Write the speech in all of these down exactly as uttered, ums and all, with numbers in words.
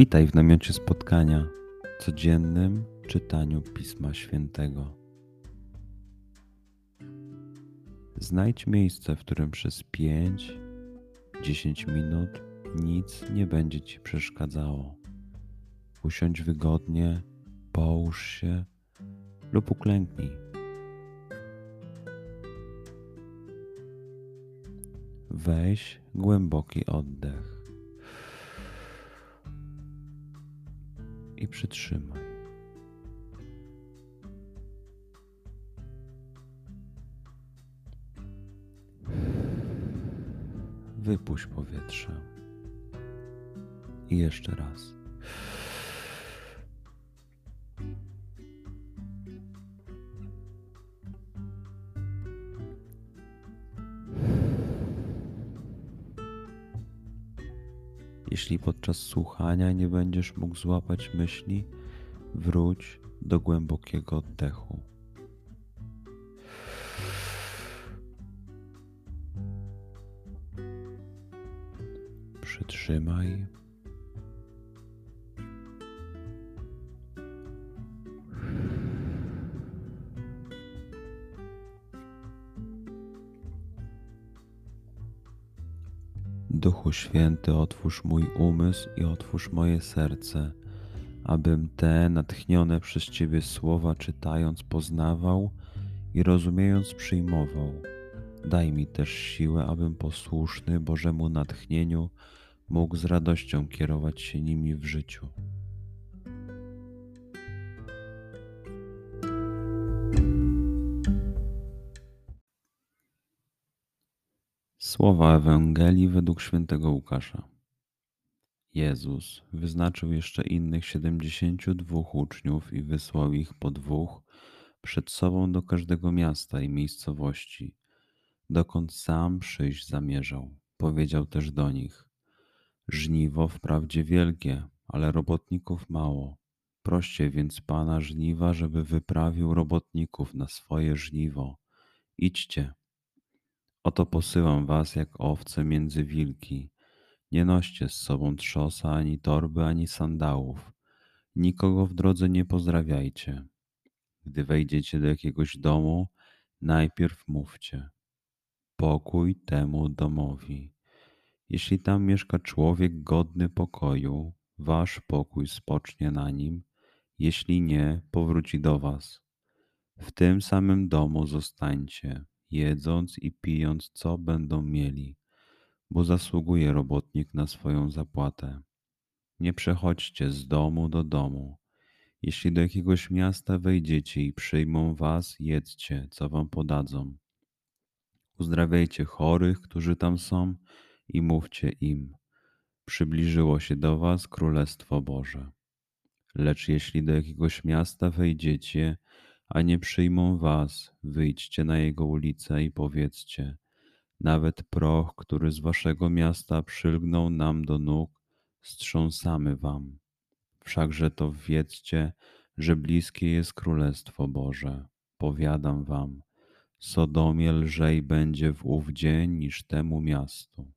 Witaj w namiocie spotkania, codziennym czytaniu Pisma Świętego. Znajdź miejsce, w którym przez pięć do dziesięciu minut nic nie będzie Ci przeszkadzało. Usiądź wygodnie, połóż się lub uklęknij. Weź głęboki oddech i przytrzymaj. Wypuść powietrze. I jeszcze raz. Jeśli podczas słuchania nie będziesz mógł złapać myśli, wróć do głębokiego oddechu. Przytrzymaj. Duchu Święty, otwórz mój umysł i otwórz moje serce, abym te natchnione przez Ciebie słowa czytając poznawał i rozumiejąc przyjmował. Daj mi też siłę, abym posłuszny Bożemu natchnieniu mógł z radością kierować się nimi w życiu. Słowa Ewangelii według świętego Łukasza. Jezus wyznaczył jeszcze innych siedemdziesięciu dwóch uczniów i wysłał ich po dwóch przed sobą do każdego miasta i miejscowości, dokąd sam przyjść zamierzał. Powiedział też do nich: żniwo wprawdzie wielkie, ale robotników mało. Proście więc Pana żniwa, żeby wyprawił robotników na swoje żniwo. Idźcie. Oto posyłam was jak owce między wilki. Nie noście z sobą trzosa, ani torby, ani sandałów. Nikogo w drodze nie pozdrawiajcie. Gdy wejdziecie do jakiegoś domu, najpierw mówcie: pokój temu domowi. Jeśli tam mieszka człowiek godny pokoju, wasz pokój spocznie na nim, jeśli nie, powróci do was. W tym samym domu zostańcie, jedząc i pijąc, co będą mieli, bo zasługuje robotnik na swoją zapłatę. Nie przechodźcie z domu do domu. Jeśli do jakiegoś miasta wejdziecie i przyjmą was, jedzcie, co wam podadzą. Uzdrawiajcie chorych, którzy tam są, i mówcie im: przybliżyło się do was Królestwo Boże. Lecz jeśli do jakiegoś miasta wejdziecie, a nie przyjmą was, wyjdźcie na jego ulicę i powiedzcie: nawet proch, który z waszego miasta przylgnął nam do nóg, strząsamy wam. Wszakże to wiedzcie, że bliskie jest Królestwo Boże. Powiadam wam, Sodomie lżej będzie w ów dzień niż temu miastu.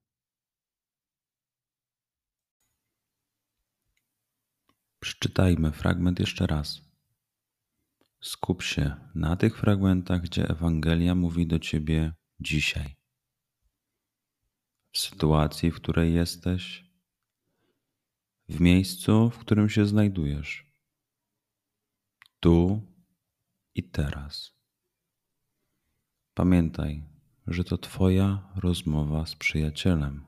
Przeczytajmy fragment jeszcze raz. Skup się na tych fragmentach, gdzie Ewangelia mówi do ciebie dzisiaj. W sytuacji, w której jesteś, w miejscu, w którym się znajdujesz, tu i teraz. Pamiętaj, że to Twoja rozmowa z przyjacielem.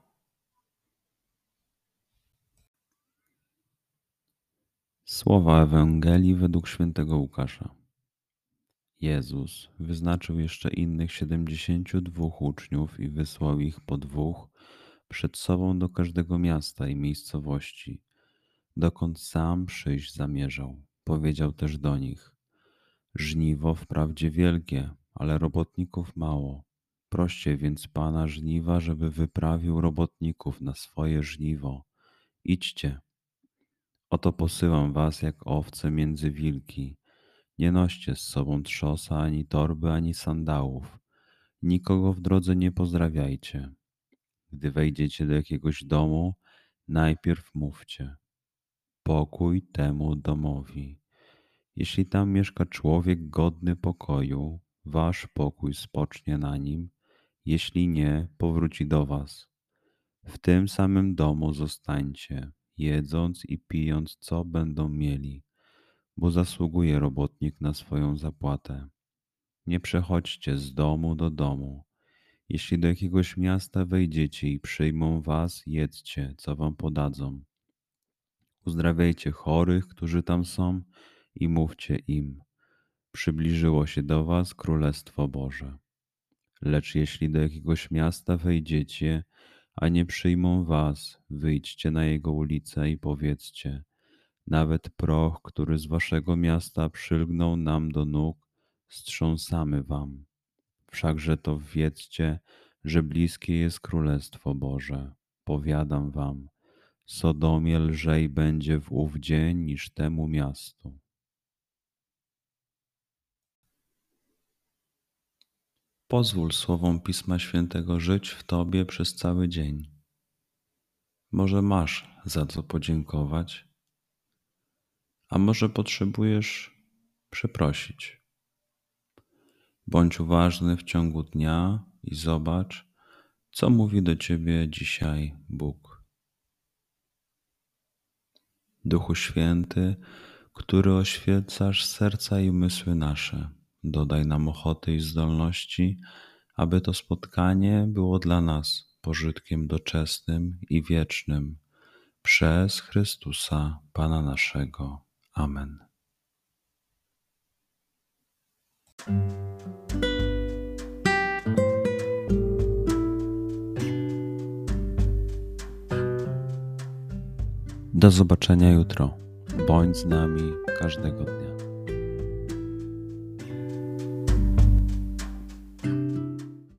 Słowa Ewangelii według świętego Łukasza. Jezus wyznaczył jeszcze innych siedemdziesięciu dwóch uczniów i wysłał ich po dwóch przed sobą do każdego miasta i miejscowości, dokąd sam przyjść zamierzał. Powiedział też do nich: żniwo wprawdzie wielkie, ale robotników mało. Proście więc Pana żniwa, żeby wyprawił robotników na swoje żniwo. Idźcie. Oto posyłam was jak owce między wilki. Nie noście z sobą trzosa, ani torby, ani sandałów. Nikogo w drodze nie pozdrawiajcie. Gdy wejdziecie do jakiegoś domu, najpierw mówcie: pokój temu domowi. Jeśli tam mieszka człowiek godny pokoju, wasz pokój spocznie na nim, jeśli nie, powróci do was. W tym samym domu zostańcie, jedząc i pijąc, co będą mieli, bo zasługuje robotnik na swoją zapłatę. Nie przechodźcie z domu do domu. Jeśli do jakiegoś miasta wejdziecie i przyjmą was, jedzcie, co wam podadzą. Uzdrawiajcie chorych, którzy tam są, i mówcie im: przybliżyło się do was Królestwo Boże. Lecz jeśli do jakiegoś miasta wejdziecie, a nie przyjmą was, wyjdźcie na jego ulicę i powiedzcie: nawet proch, który z waszego miasta przylgnął nam do nóg, strząsamy wam. Wszakże to wiedzcie, że bliskie jest Królestwo Boże. Powiadam wam, Sodomie lżej będzie w ów dzień niż temu miastu. Pozwól słowom Pisma Świętego żyć w Tobie przez cały dzień. Może masz za co podziękować, a może potrzebujesz przeprosić. Bądź uważny w ciągu dnia i zobacz, co mówi do Ciebie dzisiaj Bóg. Duchu Święty, który oświecasz serca i umysły nasze, dodaj nam ochoty i zdolności, aby to spotkanie było dla nas pożytkiem doczesnym i wiecznym. Przez Chrystusa, Pana naszego. Amen. Do zobaczenia jutro. Bądź z nami każdego dnia.